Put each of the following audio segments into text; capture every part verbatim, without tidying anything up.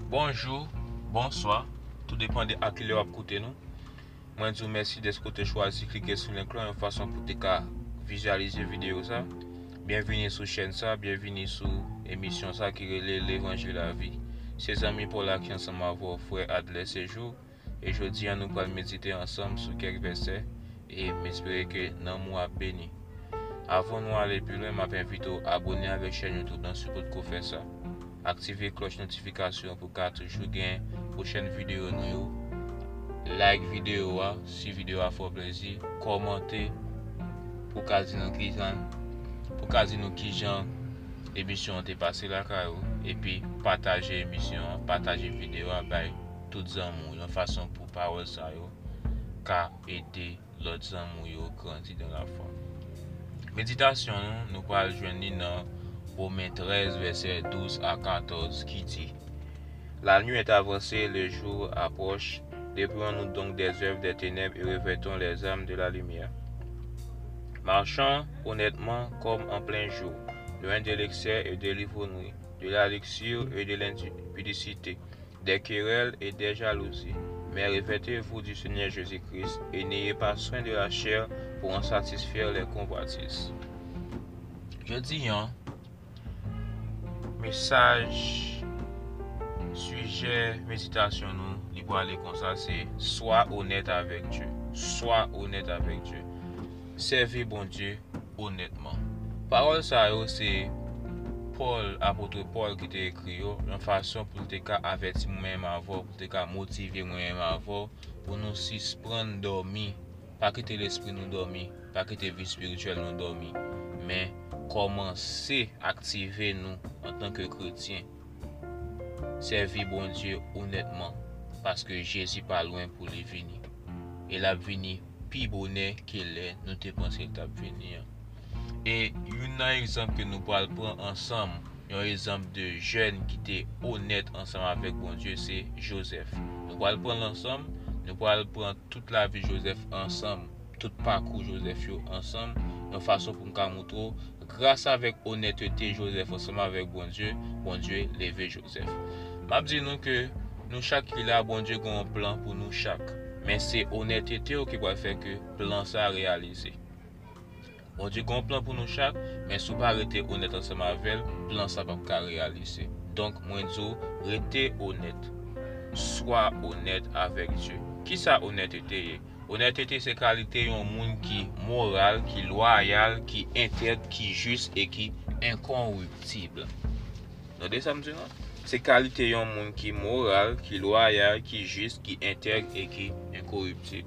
Bonjour, bonsoir, tout dépend de à qui vous écoutez nous. Moi je vous remercie de ce que vous choisi de cliquer sur l'écran de façon pour te visualiser la vidéo ça. Bienvenue sur la chaîne ça, bienvenue sur l'émission ça qui est l'évangile de la vie. Ses amis pour la qui ensemble avec frère Adler ce jour et je dis à nous pour méditer ensemble sur quelques versets et m'espérer que nous mois béni. Avant de aller plus loin, je m'invite à abonner à la chaîne YouTube dans ce qu'on fait ça. Activez cloche notification pour qu'à toujours gagner prochaine vidéo nous. Like vidéo si vidéo a fait plaisir, commentez pour qu'à dire qui pour qu'à dire qui genre émission t'est passé là et puis partager émission, partager vidéo avec toutes amours de façon pour parole ça yo car aider l'autre amours yo grandir dans la foi. Méditation nous parle joindre dans Romains treize, verset douze à quatorze, qui dit: La nuit est avancée, le jour approche. Dépouillons-nous donc des œuvres des ténèbres et revêtons les âmes de la lumière. Marchons honnêtement comme en plein jour, loin de l'excès et de l'ivronerie, de la luxure et de l'impudicité, des querelles et des jalousies. Mais revêtez-vous du Seigneur Jésus-Christ et n'ayez pas soin de la chair pour en satisfaire les convoitises. Je dis, hein, message, sujet, méditation, nous, il va aller comme ça, c'est sois honnête avec Dieu. Sois honnête avec Dieu. Servez bon Dieu honnêtement. Parole ça, c'est Paul, apôtre Paul qui t'a écrit, une façon pour te avertir moi-même avant, pour te motiver moi-même avant, pour nous suspendre dormir, pas quitter l'esprit nous dormir, pas quitter la vie spirituelle nous dormir, mais commencer à activer nous en tant que chrétiens. Servir bon Dieu honnêtement, parce que Jésus pas loin pour les venir. Et la venir plus bonnet qu'il est, nous te pensons qu'il va venir. Et un exemple que nous allons prendre ensemble, un exemple de jeune qui était honnête ensemble avec bon Dieu, c'est Joseph. Nous allons prendre ensemble, nous allons prendre toute la vie de Joseph ensemble, tout parcours Joseph ensemble, de façon pour nous montrer, grâce avec honnêteté Joseph ensemble avec bon Dieu, bon Dieu lever Joseph. Je dis nous que nous chaque là, bon Dieu a un plan pour nous chaque, mais c'est honnêteté qui va faire que le plan ça réalisé. Bon Dieu a un plan pour nous chaque, mais si vous pas rester honnête ensemble avec le plan ça va pas réaliser. Donc moi je dis restez honnête. Sois honnête avec Dieu. Qui ça honnêteté? Honnêteté c'est qualité un monde qui moral, qui loyal, qui intègre, qui juste et qui incorruptible. Vous ça me dit non? C'est qualité un monde qui moral, qui loyal, qui juste, qui intègre et qui incorruptible.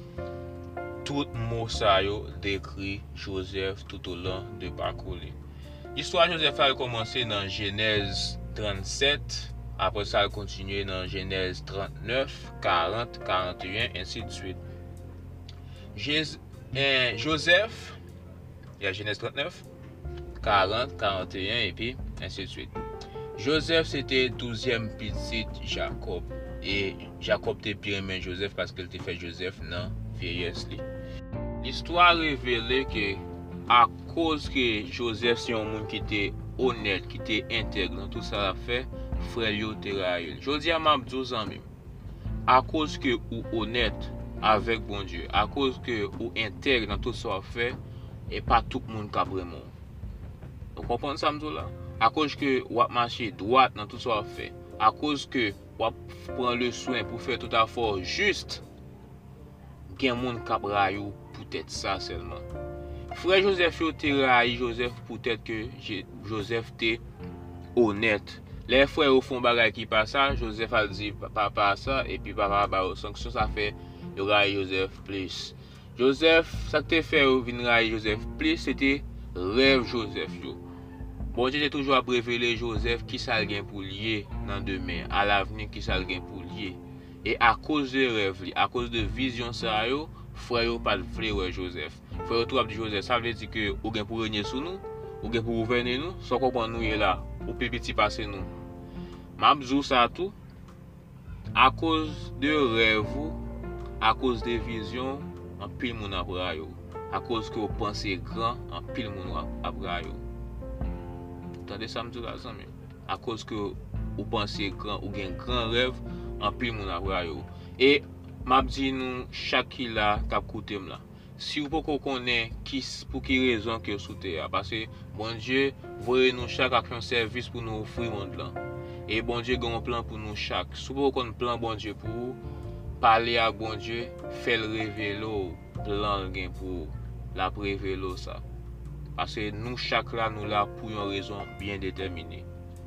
Tout mot ça yo décrit Joseph tout au long de parcours. L'histoire de Joseph a commencé dans Genèse trente-sept, après ça a continué dans Genèse trente-neuf, quarante, quarante et un, ainsi de suite. Jés, eh, Joseph, il y a Genèse trente-neuf, quarante, quarante et un et puis ainsi de suite. Joseph c'était douzième petit Jacob et Jacob était bien aimé Joseph parce qu'il était fait Joseph non vieillesse. L'histoire révèle que à cause que Joseph c'est un monde qui était honnête, qui était intègre dans tout ça a fait, frère yo te raïl. Je dis à ma douze ans même. À cause que ou honnête avec bon Dieu, à cause que ou intègre dans tout ça a fait, et pas tout le monde qui vraiment. Vous comprenez ça m'dou là? À cause que ou marcher droit dans tout ça a fait, à cause que ou prend le soin pour faire tout à fait juste, gen moun k'ap rayou peut-être ça seulement. Frère Joseph yo te rayi Joseph peut-être que Joseph te honnête. Les frères au fond bagay qui pas ça, Joseph a dit papa ça et puis papa ba au sanction ça fait yo rayi Joseph plus. Joseph ça te fait ou vinn rayi Joseph plus, c'était rêve Joseph yo. Bon Dieu était toujours à révéler Joseph qui ça gain pour lier dans demain, à l'avenir qui ça gain pour lier. Et à cause de rêve, à cause de vision ça yo, frère yo pas vle ouais Joseph. Frère tout de Joseph, ça veut dire que ou gain pour régner sur nous, ou gain pour gouverner nous, sans comprendre nous là, ou peut petit passer nous. M'abzou ça tout à cause de rêve, à cause de vision, en pile moun apra yo. À cause que vous pensez grand, en pile moun apra yo. Attendez ça me dit là, à cause que ou penser grand ou gen grand rêve, en pile moun apra yo. Et m'a dit nous chaque qui là k'ap koute m là. Si vous pouvez connaître qui pour qui raison que sous terre parce que bon Dieu voyez nous chaque action service pour nous offrir monde là. Et bon Dieu a un plan pour nous chaque. Si vous connaissez plan bon Dieu pour vous, parler à bon Dieu, faire révéler plan gain pour la révéler ça. Parce que nous chaque là nous là pour une raison bien déterminée.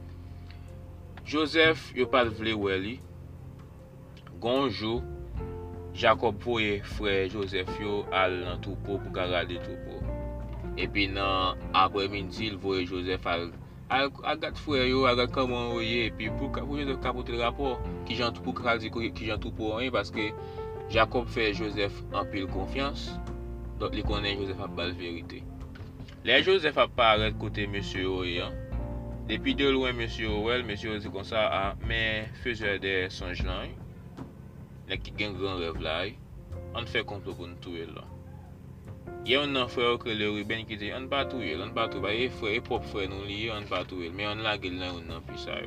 Joseph yo pas vle wè li. Gonjou Jacob voye frère Joseph yo al nan troupeau pour garder troupeau. Et puis nan après-midi il voye Joseph al al agat frère yo agat comment voye et puis pour pour Joseph capoter le rapport qui j'en pour dire qui j'en troupeau rien parce que Jacob fait Joseph en pile confiance. Donc il connaît Joseph a bal vérité. Les Joseph a paraître côté monsieur Oyan. Depuis de loin monsieur Owel, monsieur dit comme ça ah mais faiseur des songes là. Les qui gagne grand rêve là, on fait complot pour nous tuer là. Il y a un frère que le Ruben qui dit on pas tuer, on pas tuer, frère et propre frère nous lié, on pas tuer, mais on la gueule là on n'a plus ça yo.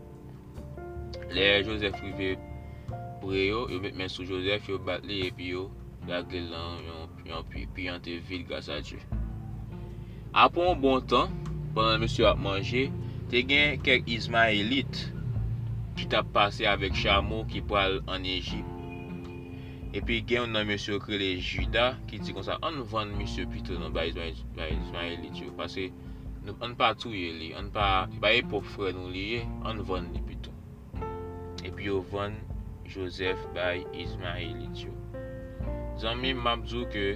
Les Joseph rivé pour yo, yo met main sur Joseph, yo bat li et puis yo la gueule là yon puis puis en te ville grâce à Dieu. Après un bon temps, pendant monsieur a mangé, te gen quelques Ismaélites qui t'a passé avec chameau qui parle en Égypte. Et puis gen un monsieur créé Judas qui dit comme ça on vend monsieur plutôt dans ba Ismaélite parce que on pas tout li, on pas ba pour frère nous lié, on vend li plutôt. Et puis on vend Joseph ba Ismaélite. Zami m'a dit que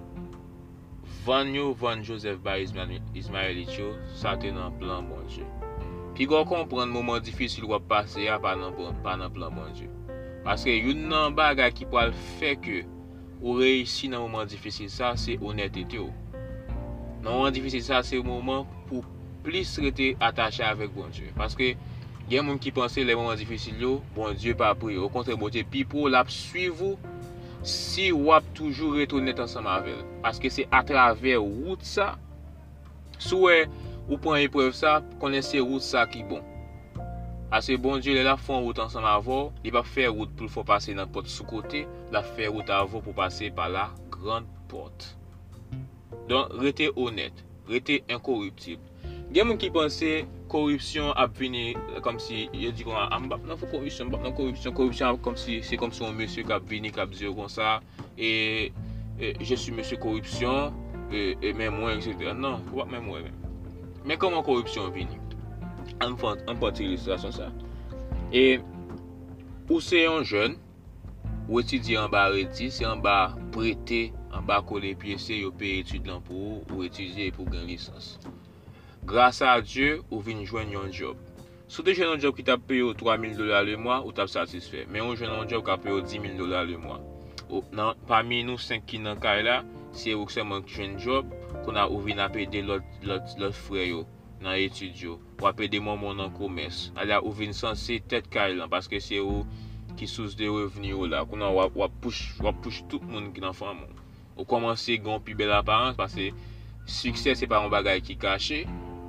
vend yo vend Joseph ba Ismaélite, ça te dans plan bon Dieu. Puis go comprendre moment difficile ou passer à pas dans pas dans plan bon Dieu. Parce que une nan bagay qui peut faire que ou réussir dans moment difficile ça c'est honnêteté. Dans moment difficile ça c'est le moment pour plus rester attaché avec bon Dieu parce que il y a des gens qui pensent les moments difficiles yo bon Dieu pas pris au contraire bon Dieu puis pour la suivre si ou toujours retourner ensemble avec parce que c'est à travers route ça soit ou prend épreuve ça connaissez route ça qui bon parce que bon Dieu là font route ensemble avant il va faire route pour faut passer dans porte sous côté la faire route avant pour passer par la grande porte donc restez honnête restez incorruptible il y a des gens qui pensent corruption a venir comme si il dit qu'on a non faut corruption non corruption corruption comme si c'est comme si un monsieur qui a venu qui a dit comme ça et, et je suis monsieur corruption et, et même moi etc non pas même moi même. Mais comment corruption vient? On prend on prend illustration ça. Et ou c'est un jeune ou étudiant en bas arrêté, c'est en bas prêté, en bas coller pied c'est yo payer étude là pour ou étudier pour gagner licence. Grâce à Dieu, ou vinn joindre un job. Si tu as un job qui t'a payé trois mille dollars le mois, ou t'as satisfait. Mais on joue un job qui a payé dix mille dollars le mois. Non, parmi nous cinq qui dans cas là, c'est ou seulement qui un job qu'on a ou vinn aider l'autre l'autre frère yo dans étude yo. Ou aider maman dans commerce. Là ou vinn censé tête cas là parce que c'est ou qui source de revenus là. Qu'on a ou push ou push tout le monde qui dans femme. Ou commencer gon plus belle apparence parce que succès c'est pas un bagage qui caché.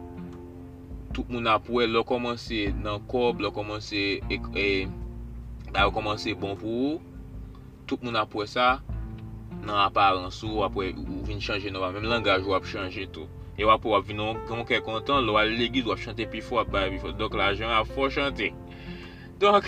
Tout le monde a pour elle commencer dans corps, le commencer et et a commencer bon pour vous. Tout le monde a pour ça dans apparence ou après ou vinn changer non même langage ou a changer tout. Et après ou vinn quand quelqu'un content, là l'église doit chanter plus fort pas plus fort. Donc l'argent a faut chanter. Donc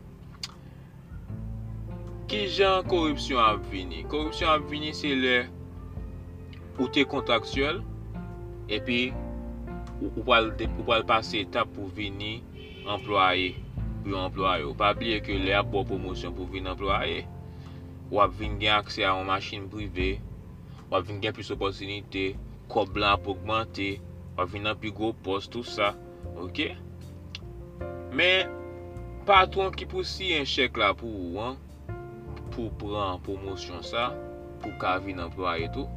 qui genre corruption a venir? Corruption a venir c'est le ou t'es contractuel et puis ou va passer étape pour venir employer pour employer. Pas oublier que les bonne promotion pour venir employer. Ou va venir accès à une machine privée, ou va venir plus d'opportunités, cob blanc pour augmenter, ou va venir plus gros poste tout ça. OK? Mais patron qui pousse un chèque là pour vous hein, pour prendre promotion ça, pour qu'à venir employer tout.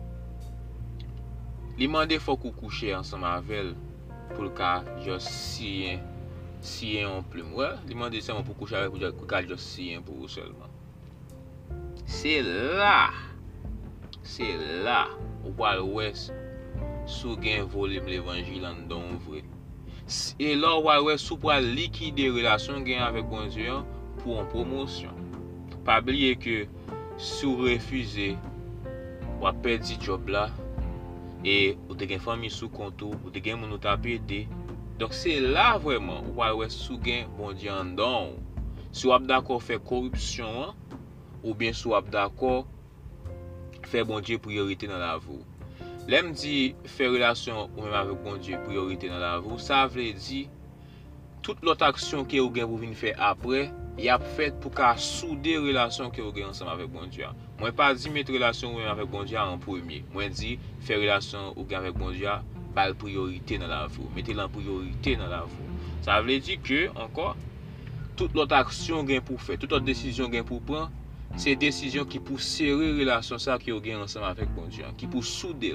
Li mande faut qu'on couche ensemble avec elle pour le cas juste si si en plume ouais li mande seulement pour coucher avec pour cas juste si pour vous seulement c'est là c'est là ou pas l'ouest sous gain volume l'évangile en don vrai Et là, ouais, sous pour liquider relation gain avec bon Dieu pour une promotion. Pas oublier que si vous refusez, vous perdre ce job là et vous avez une famille sous compte, vous avez un monde à aider. Donc c'est là vraiment où vous avez sous gain bon Dieu en dedans. Si vous êtes d'accord faire corruption ou bien si vous êtes d'accord faire bon Dieu priorité dans la vie. L'aime dit faire relation ou même avec bon Dieu priorité dans la vie, ça veut dire toute l'autre action que vous avez venir faire après, il a fait pour qu'à souder relation que vous avez ensemble avec bon Dieu. Moi pas dit mettre relation avec bon Dieu en premier. Moi dit faire relation ou avec bon Dieu par priorité dans la vie. Mettez-la en priorité dans la vie. Ça veut dire que encore toute l'autre action gain pour faire, toute autre décision gain pour prendre, c'est décision qui pour serrer relation ça que vous avez ensemble avec bon Dieu, qui pour souder.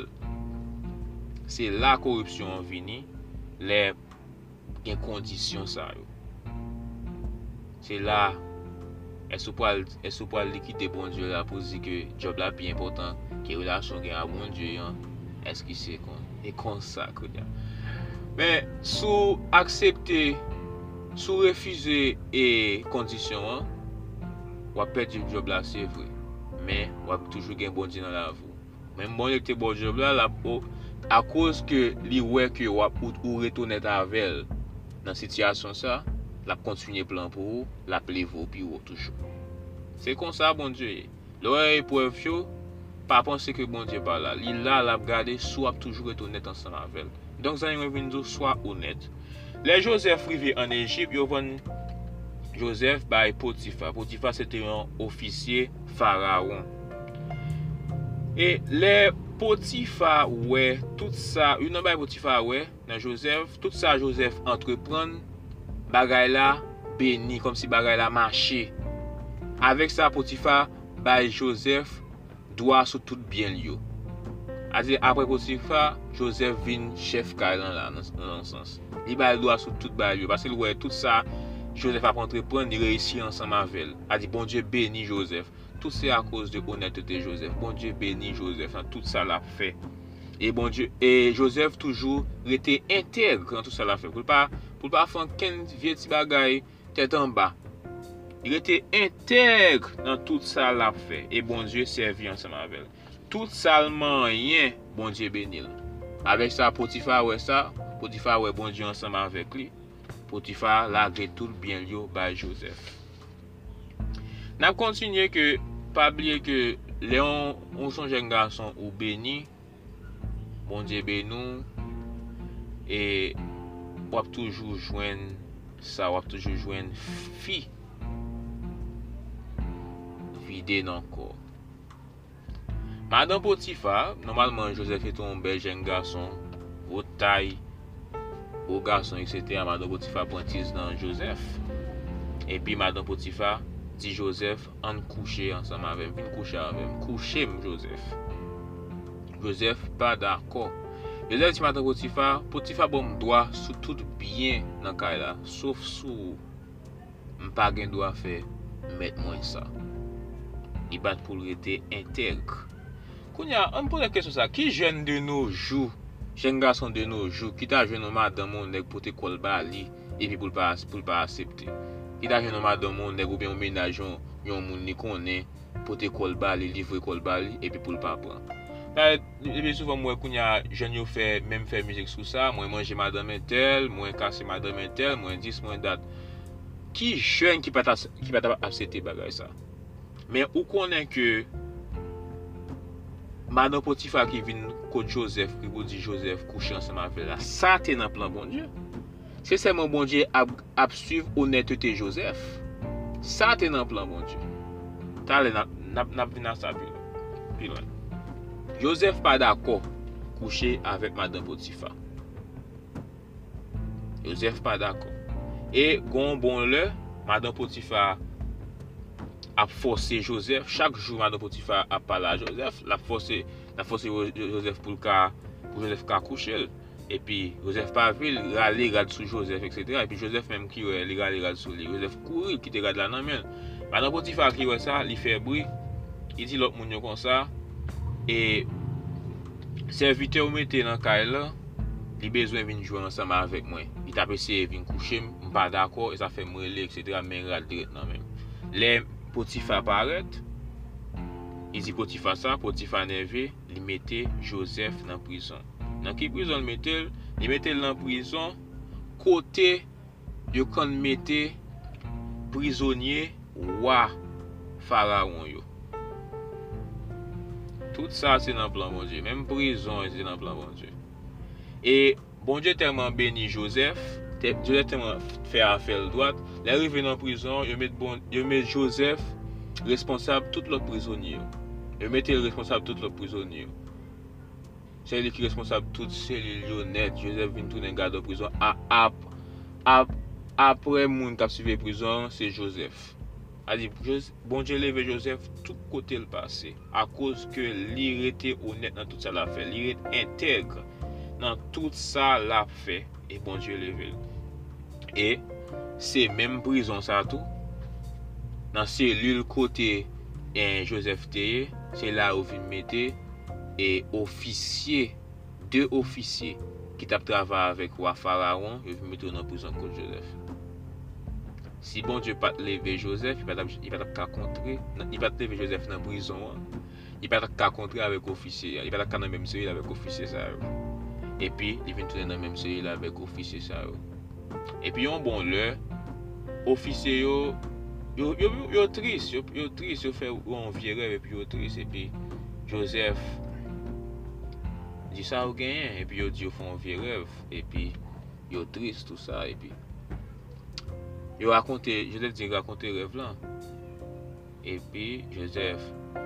C'est la corruption vini, les gen conditions ça yo. C'est là est-ce pour est-ce pour liquider bon Dieu là pour dire que job là bien important, que relation gen à bon Dieu, est-ce que c'est con et comme ça que mais sous accepter, sous refuser et conditions, on va perdre le job là c'est vrai, mais on va toujours gen bon Dieu dans la vie. Même bon était bon job là là à cause que li wè que ou ou retourner avec dans situation ça, la continuer plan pour vous, la plevo puis ou toujours. C'est comme ça bon Dieu. L'oreille épreuve yo, pas penser que bon Dieu pas là. Li là la regarder soit toujours retourner ensemble avec. Donc ça nous vient dire soit honnête. Les Joseph rivé en Égypte, yo vend Joseph by Potiphar. Potiphar c'était un officier pharaon. Et les Potiphar ouais tout ça, une bay Potiphar ouais dans Joseph, tout ça Joseph entreprendre bagay là béni comme si bagay là marché. Avec ça Potiphar bay Joseph doit sur tout bien lieu. C'est-à-dire après Potiphar, Joseph vient chef Kailan là dans le sens. Il bay doit sur tout bay lieu parce que ouais tout ça Joseph a entreprendre, il réussit ensemble avec elle. A dit bon Dieu béni Joseph. Tout c'est à cause de honnêteté Joseph. Bon Dieu béni Joseph. Tout ça l'a fait. Et bon Dieu et Joseph toujours était intègre dans tout ça l'a fait. Pour pas pour pas faire qu'un vieux petit bagaille tête en bas. Il était intègre dans tout ça l'a fait. Et bon Dieu servi ensemble avec elle. Tout salement rien, bon Dieu béni. Avec ça Potiphar ouais ça, Potiphar ouais bon Dieu ensemble avec lui. Potiphar l'a tout bien lieu par Joseph. N'a continué que pas oublier que Léon on son jeune garçon ou béni bon Dieu béni et on va toujours joindre ça on va toujours joindre fille vide dans corps. Madame Potiphar normalement Joseph est un bel jeune garçon au taille au garçon et cetera. Madame Potiphar prentise dans Joseph et puis Madame Potiphar dit Joseph en coucher ensemble avec lui, coucher avec lui, coucher Joseph. Joseph pas d'accord. Joseph dit Madame Potiphar, Potiphar bon droit sous tout bien dans cas là, sauf sous m'pas gen droit faire mettre moins ça. Il bat pour rester intègre. Kounya, on pose la question ça, qui jeune de nos jours, jeune garçon de nos jours, qui t'a jeune madame mon nèg pour te kol bali et puis pour pas pour pas accepter. Qui t'a jeune madame mon nèg ou bien ménage yon moun ni connaît pour te kol bali, livrer kol bali et puis pour pas prendre. Là, et souvent moi kounya jeune yo fait même faire musique sur ça, moi manger madame tel, moi casser madame tel, moi dix moi date. Qui jeune qui pas qui pas accepter bagay ça. Mais ou connaît que Madame Potiphar qui vient côté Joseph, qui vous dit Joseph coucher ensemble avec là, ça t'est dans plan bon Dieu. C'est seulement bon Dieu à, à suivre honnêteté Joseph. Ça t'est dans plan bon Dieu. T'as n'a n'a n'a ça puis loin. Joseph pas d'accord coucher avec Madame Potiphar. Joseph pas d'accord. Et gon bon le Madame Potiphar a forcé Joseph chaque jour Madame Potiphar a parlé à Joseph, la forcé la forcé Joseph pour ka pour Joseph ka coucher et puis Joseph pas vu râler regarde sur Joseph etc. et puis Joseph même qui ouais il regarde regarde sur lui Joseph courir qui te regarde là non men Madame Potiphar qui ouais ça il fait bruit il dit l'autre moun comme ça et serviteur mettait dans caille là li besoin vin jouer ensemble avec moi. Il t'a essayé vin coucher, m pas d'accord et ça fait me relé et cetera mais ral direct nan même. Les Potiphar apparaît, il dit Potiphar ça, Potiphar nervé, il mettait Joseph dans prison. Dans qui prison il mettait, il mettait dans prison côté yo kon mettait prisonnier roi pharaon yo. Tout ça c'est dans le plan bon Dieu, même prison c'est dans le plan bon Dieu. Et bon Dieu tellement béni Joseph, Joseph tellement fait affaire droite, il est arrivé dans la prison, il met bon, il met Joseph responsable tout l'autre prisonnier. Il mettait responsable tout l'autre prisonnier. C'est lui qui est responsable toute cellule net. Joseph vient tourner garde de prison à, à, à, après moun qui a suivi prison, c'est Joseph. A dit bon Dieu levé Joseph tout côté le passé à cause que il était honnête dans tout ça l'a fait, il était intègre dans tout ça l'a fait et bon Dieu levé. Et c'est même prison ça tout dans cellule côté et Joseph Teye, c'est là où il mettait et officier deux officiers qui t'a travaillé avec roi pharaon, il mettre dans prison contre Joseph. Si bon Dieu pas lever Joseph, il va il va pas contrer, il va lever Joseph dans prison. Il va pas contrer avec officier, il va pas dans même cellule avec officier ça. Et puis il vient tourner dans même cellule avec officier ça. Et puis un bon l'heure officier yo yo yo, yo triste, yo, yo triste, yo fait un vieux rêve et puis yo triste et puis Joseph dit ça au gain et puis yo dit yo font un vieux rêve et puis yo triste tout ça et puis yo raconté, Joseph dit raconter rêve là. Et puis Joseph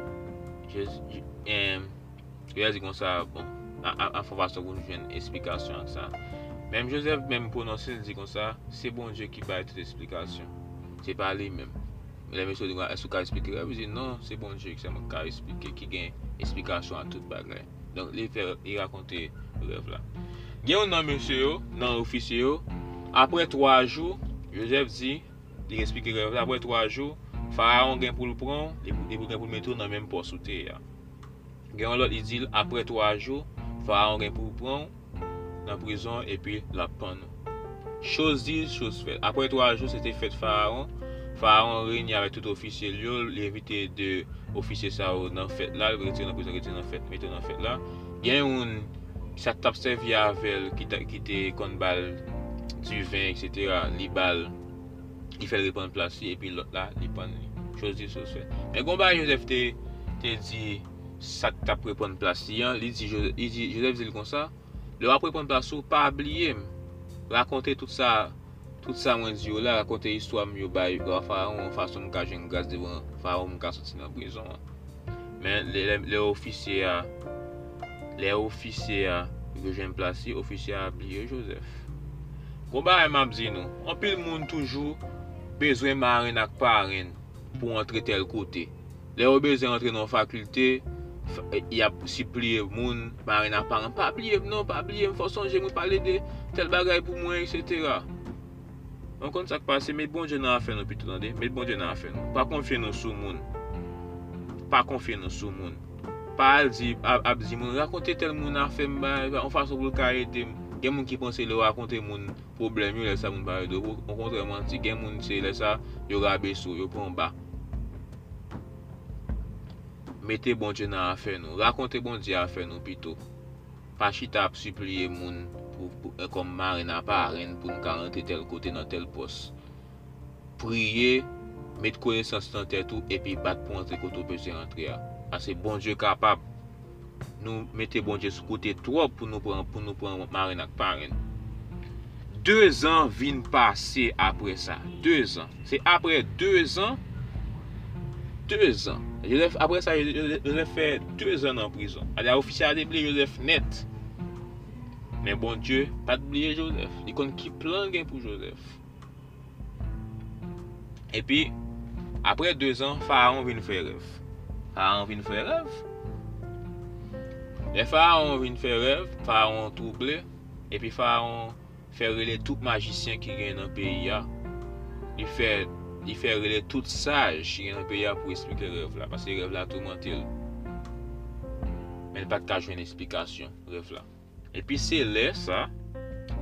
Joseph euh, il a dit comme ça bon en formation pour nous une explication à ça. Même Joseph même prononcé il dit comme ça, c'est bon Dieu qui va toute explication. C'est pas lui-même. Les messieurs disent est-ce qu'il expliquer rêve? Il dit non, c'est bon Dieu qui ça m'a expliquer qui gagne explication à toute bagarre. Donc il fait il raconter rêve là. Il y a un monsieur dans officier après trois jours Joseph dit, il explique que après trois jours, Pharaon gagne pour le prendre, il pour le mettre dans le même poste sous terre. L'autre il dit après trois jours, Pharaon gagne pour le prendre dans la prison et puis la pendre. Chose dit, chose faite. Après trois jours, c'était fait Pharaon. Pharaon réunit avec tout officier, il invité deux officiers ça dans la fête là, il retire dans la prison, il retire dans la fête, il dans la fête là. Il y a un ça t'a servi avec qui qui était contre balle du vin, et cetera. Les balles, il fait le répondre place et puis l'autre là, il prend chose dit chose fait. Mais quand bah Joseph te te dit ça t'a répondre place, il dit il dit Joseph dit comme ça, le après prendre place pas oublier raconter tout ça tout ça moi dit là raconter histoire mieux ba Pharaon façon me cacher une grâce devant Pharaon me sortir dans prison. Mais les les officiers les officiers que j'aime placer officier a oublié Joseph. Combat m'a dit nous, on pile monde toujours besoin marine ak parrain pour entrer tel côté. Les besoin entrer dans faculté, il y a supplier monde marine ak parrain pas oublier non pas oublier faut songer me parler de tel bagaille pour moi et cetera. On compte ça passer mais bon Dieu n'a fait nous plutôt attendez, mais bon Dieu n'a fait nous. Pas confier nous sur monde. Pas confier nous sur monde. Pas dire a dit mon raconter tel monde a fait on façon pour le aider. Il y a des gens qui pensent que raconter mon problème, ils ça mon barre de au contrairement, il y a des gens qui c'est ça, ils rabaissent sur, ils prennent bas. Mettez bon Dieu dans affaire nous, racontez bon Dieu affaire nous plutôt. Pas chita supplier moun pour, pour comme marine à parrain pour nous rentrer tel côté dans tel poste. Prier, mettre connaissance dans tête tout et puis battre pour entrer côté peut se rentrer. Parce que bon Dieu capable nous mettez bon Dieu sur côté trop pour nous prendre pour nous prendre marine ak parrain. Deux ans viennent passer après ça. Deux ans. C'est après deux ans. Deux ans. Joseph, après ça, Joseph fait deux ans en prison. Il a officiel a oublié Joseph net. Mais bon Dieu, pas oublier Joseph. Il compte qui plan pour Joseph. Et puis, après deux ans, Pharaon vient faire rêve. Pharaon vient faire rêve. Les pharaons viennent faire rêve, pharaon troublé, et puis pharaon fait relayer tout magicien qui gagne dans le pays. Il fait, il fait relayer tout sage qui gagne dans le pays pour expliquer le rêve là, parce que le rêve là tourmenté. Mais il n'y a pas de cas une explication, rêve là. Et puis c'est là ça,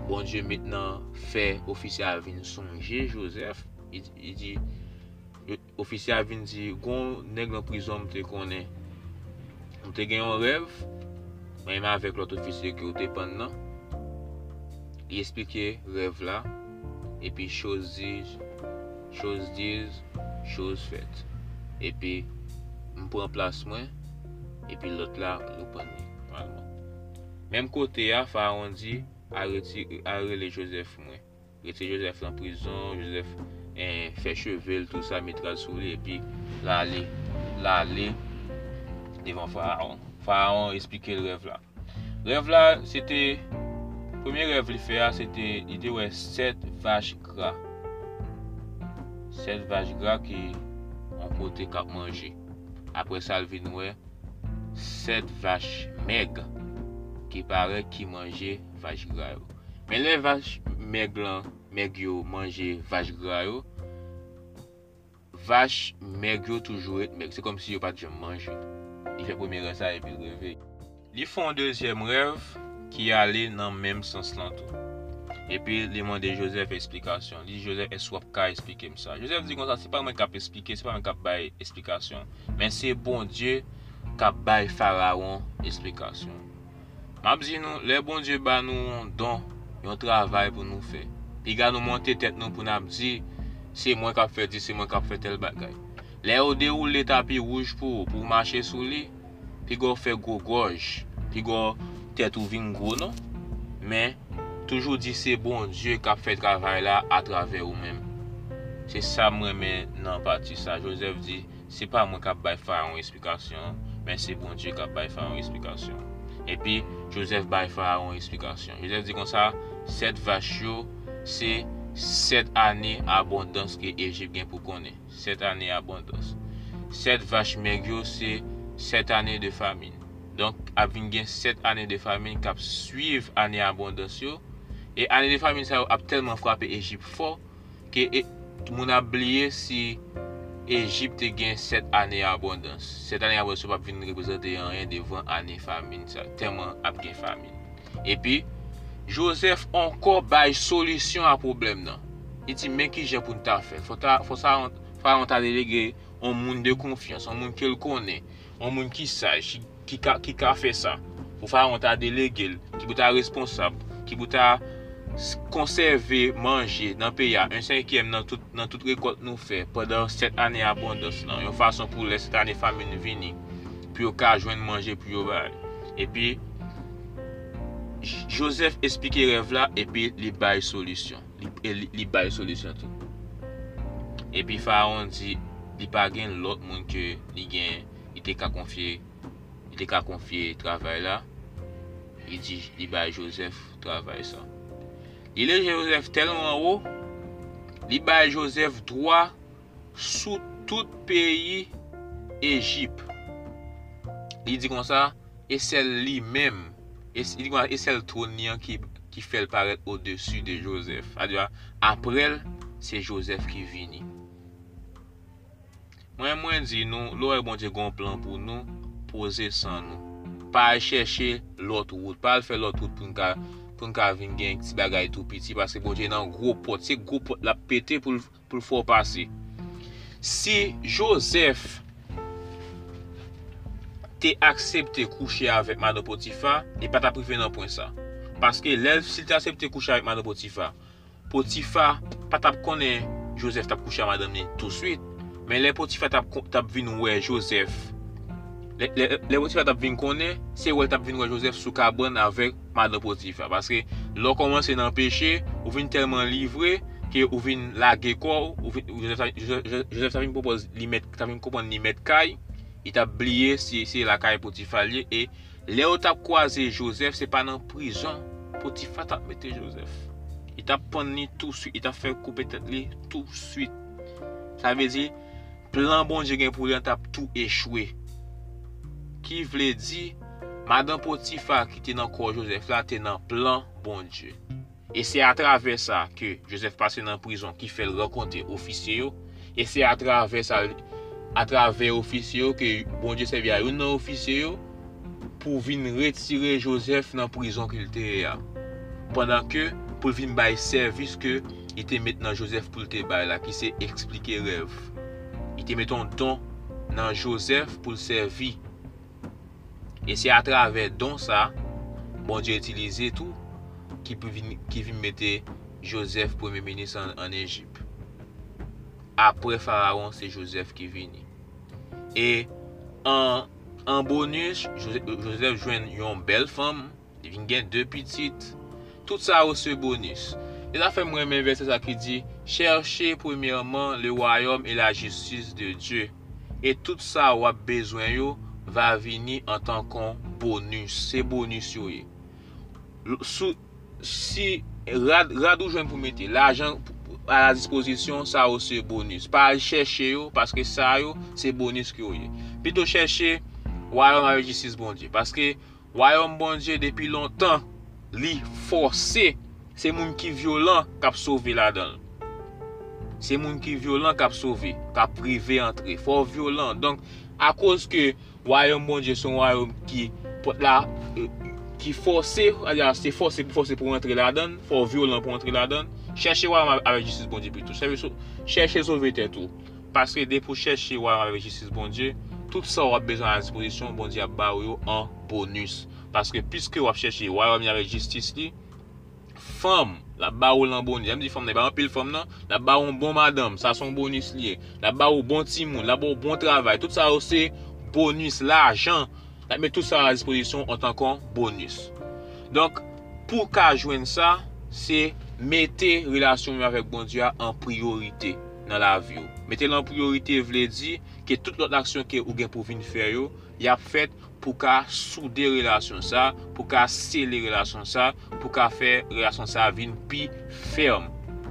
bon Dieu maintenant fait officier à venir songer Joseph. Il, il dit officier à venir dit gon nèg dans prison me te connaît. On te gagné un rêve, même avec l'autre officier qui était pendant. Il expliquait rêve là et puis chose disent, chose disent, chose faites. Et puis on prend place moi et puis l'autre là le prend. Même côté à Pharaon dit arrêter arrêter Joseph moi. Retirer Joseph en prison, Joseph eh, fait chevel tout ça mettre sous lui et puis là aller là aller devant Pharaon. Pharaon expliquait le rêve là. Le rêve là c'était premier rêve qu'il fait c'était il était ouais sept vaches gras. Sept vaches gras qui ont côté cap manger. Après ça il vient ouais sept vaches maigres qui paraît qui mangeait vaches gras. Mais les vaches maigres maigres manger vaches gras vaches maigres toujours être maigres. C'est comme si ils pas déjà mangé. Il fait premier rêve ça et puis il réveille. Ils font un deuxième rêve qui allait dans le même sens là tout. Et puis il demande Joseph explication. Il dit Joseph est soit qu'à expliquer ça. Joseph dit comme ça c'est pas moi qui a expliquer, c'est pas moi qui a bailler explication, mais c'est bon Dieu qui a bailler Pharaon explication. M'a dit nous les bon Dieu ba nous don un travail pour nous faire. Puis gars nous monter tête nous pour nous dire c'est moi qui a fait c'est moi qui a fait tel bagay. Les au déroule tapis rouge pour pour marcher sur lui. Puis go fait gros gorge. Puis go tête ou vin gros non. Mais toujours dit c'est bon Dieu qui a fait travail là à travers vous même. C'est ça moi mais non partie ça. Joseph dit c'est pas moi qui a faire une explication, mais c'est bon Dieu qui a faire une explication. Et puis Joseph baille Pharaon explication. Joseph dit comme ça, sept vaches c'est sept années abondance que Égypte gagne pour connaître. Sept années abondance. Sept vaches maigres c'est sept années de famine. Donc avec gain sept années de famine qui suivent année abondance et année de famine ça a tellement frappé Égypte fort que tout le monde a oublié si Égypte gagne sept années abondance. Cette année abondance pas venir représenter rien devant année famine ça tellement a gain famine. Et puis Joseph encore bail solution à problème non. Il dit mais qui j'ai pour t'a faire. Faut ta faut ça Pharaon t'a délégué un monde de confiance, un monde qu'il connaît, un monde qui sage qui qui qui a fait ça. Faut Pharaon t'a délégué qui peut être responsable, qui peut être conserver manger dans le pays un cinquième dans toute dans toute récolte nous fait pendant sept années abondance là une façon pour laisser cette année famine venir puis au cas joindre manger puis au bail et puis Joseph explique rêve là et puis il bail solution il il bail solution tout et puis Pharaon dit il pas gain l'autre monde que il gain il était qu'à confier il était qu'à confier travail là il dit il bail Joseph travail ça. Il est Joseph tellement haut, il bat Joseph droit sous tout pays Égypte. Il dit comme ça, et c'est lui-même, et c'est le trônier qui, qui fait le paraître au-dessus de Joseph. C'est-à-dire, après, c'est Joseph qui vient. Moi, moi, dis nous, l'autre bon Dieu a un plan pour nous, poser sans nous. Pas chercher l'autre route, pas faire l'autre route pour nous. Pour nous venir gagner petit bagay tout petit parce que bon Dieu dans gros pot c'est gros pot la péter pour pour faire passer. Si Joseph t'es accepté coucher avec Madame Potiphar, il pas t'a privé dans point ça. Parce que l'elfe s'il t'a accepté coucher avec Madame Potiphar, Potiphar pas t'a connaît Joseph t'a couché avec madame tout de suite, mais les Potiphar t'a t'a vinn ouais Joseph. Les les Potiphar t'a vinn connaît, c'est ouais t'a vinn ouais Joseph sous cabane avec madame Potiphar parce que l'on commence dans péché, ou vinn tellement livré que ou vinn laguer corps, ou Joseph t'a vinn propose li mettre t'a vinn comprendre li mettre caille, il t'a oublié si c'est la caille Potiphar et les où t'a croisé Joseph c'est pas dans prison, Potiphar t'a metté Joseph. Il t'a puni tout de suite, il t'a fait couper tête li tout de suite. Ça veut dire plan bon Dieu gain pour lui t'a tout échoué. Qui veut dire madame Potiphar qui était dans corps Joseph là était dans plan bon Dieu. Et c'est à travers ça que Joseph passé dans prison qui fait le rencontrer officier et c'est à travers ça à travers officier que bon Dieu servi à un officier pour venir retirer Joseph dans prison qu'il était pendant que pour venir bailler service que il était maintenant Joseph pour te bailler là qui c'est expliquer rêve. Il te met ton don dans Joseph pour le servir. Et c'est à travers don ça, bon Dieu utilisé tout qui peut qui vient mettre Joseph premier ministre en, en Égypte. Après Pharaon, c'est Joseph qui vient. Et en, en bonus, Joseph, Joseph joue une belle femme, il vient deux petites. Tout ça aussi bonus. Et ça fait moi même verset ça qui dit cherchez premièrement le royaume et la justice de Dieu. Et tout ça ou a besoin yo va venir en tant qu'un bonus. C'est bonus yo. Si radou jouen pour mettre l'argent à la disposition, ça aussi bonus. Pas chercher yo parce que ça yo c'est bonus que yo. Plutôt chercher royaume avec justice bon Dieu parce que royaume bon Dieu depuis longtemps li forcé, c'est moun qui violent qui a sauvé là-dedans. C'est moun qui violent qui a sauvé, qui a privé entrer. Fort violent. Donc à cause que royaume bon Dieu son royaume qui là euh, qui forcé, c'est forcé pour forcer pour entrer là-dedans, fort violent pour entrer là-dedans. Chercher royaume avec justice bon Dieu plutôt. Chercher sauver tout. Parce que dès pour chercher royaume avec justice bon Dieu, tout ça on a besoin à disposition bon Dieu a ba en bonus. Parce que puisque vous cherchez royaume avec justice li, femme la ba ou en bonus. J'aime dire femme pas un pile femme non, la ba ou bon madame, ça son bonus lié. La ba ou bon petit monde, la ba ou bon travail, tout ça aussi bonus l'argent. La met tout ça à disposition en tant qu'un bonus. Donc pour qu'à joindre ça, c'est mettre relation avec bon Dieu en priorité dans la vie. Mettez en priorité veut dire que toute l'autre action que vous avez pour venir faire yo, y a fait pour qu'à souder relation ça, pour qu'à sceller relation ça, pour qu'à faire relation ça vienne plus ferme.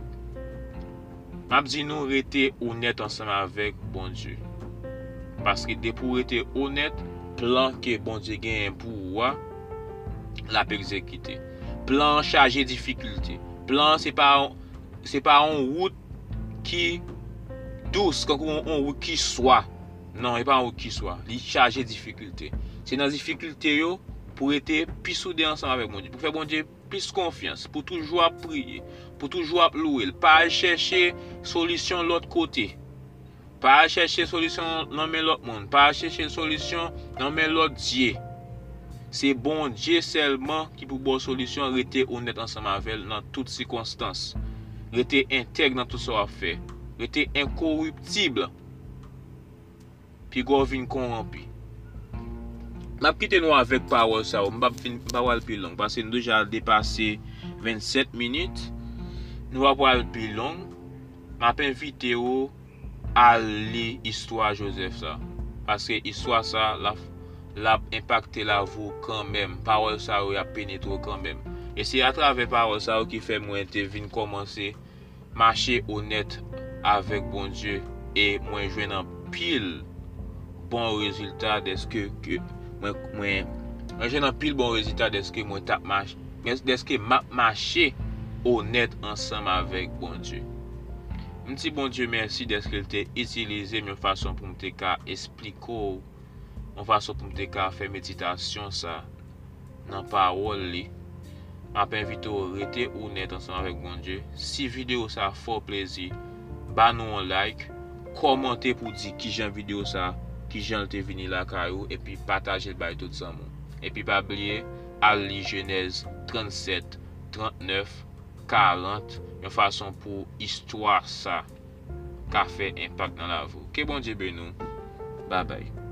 M'a dit nous rester honnête ensemble avec bon Dieu. Parce que dès pour être honnête, plan que bon Dieu gagne pour moi, la peut exécuter. Plan chargé difficulté. Plan c'est pas c'est pas une route qui douce quand on route qui soit. Non, il pas une route qui soit, il chargé difficulté. C'est dans difficulté yo pour être plus soudé ensemble avec mon Dieu, pour faire bon Dieu plus confiance, pour toujours prier, pour toujours louer, pas chercher solution de l'autre côté. Pas chercher solution dans l'autre monde, pas chercher solution dans l'autre Dieu. C'est bon Dieu seulement qui peut bonne solution, rester honnête ensemble avec dans toutes circonstances. Rester intègre dans tout ce qu'on fait. Rester incorruptible. Puis go vinn corrompu. M'a quitté nous avec parole ça, on va pas plus long parce que nous déjà dépassé vingt-sept minutes. Nous va pas plus long. M'a invité au à lire histoire Joseph ça parce que histoire ça la l'a impacté la vous quand même. Parole ça a pénétré quand même. Et c'est à travers parole ça qui fait moi intervenir commencer marcher honnête avec bon Dieu et moi joindre en pile bon résultat de que que moi moi joindre en pile bon résultat de que moi tap marche de que m'a marcher honnête ensemble avec bon Dieu. M'ti bon Dieu merci de ce qu'il t'a utilisé une façon pour me expliquer une façon pour me faire méditation ça dans parole li. M'a invité à rester honnête ensemble avec bon Dieu. Si vidéo ça fait plaisir, ba nous un like, commenter pour dire qui j'aime vidéo ça, qui j'aime te venir la caillou et puis partager le bail tout ça. Et puis pas oublier à lire Genèse trente-sept, trente-neuf, quarante, une façon pour histoire ça qui a fait impact dans la vie. Que bon Dieu bénisse nous. Bye bye.